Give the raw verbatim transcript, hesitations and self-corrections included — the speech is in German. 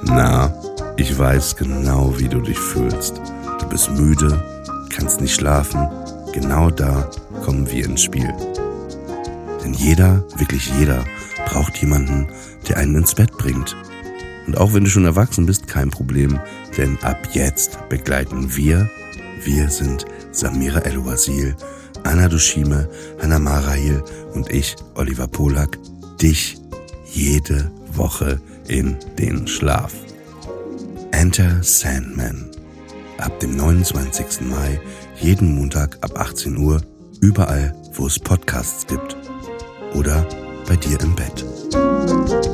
Na, ich weiß genau, wie du dich fühlst. Du bist müde, kannst nicht schlafen. Genau da kommen wir ins Spiel. Denn jeder, wirklich jeder, braucht jemanden, der einen ins Bett bringt. Und auch wenn du schon erwachsen bist, kein Problem, denn ab jetzt begleiten wir, wir sind Samira El-Wasil, Anna Dushime, Hannah Marahil und ich, Oliver Polak, dich jede Woche in den Schlaf. Enter Sandman. Ab dem neunundzwanzigsten Mai, jeden Montag ab achtzehn Uhr, überall, wo es Podcasts gibt. Oder bei dir im Bett.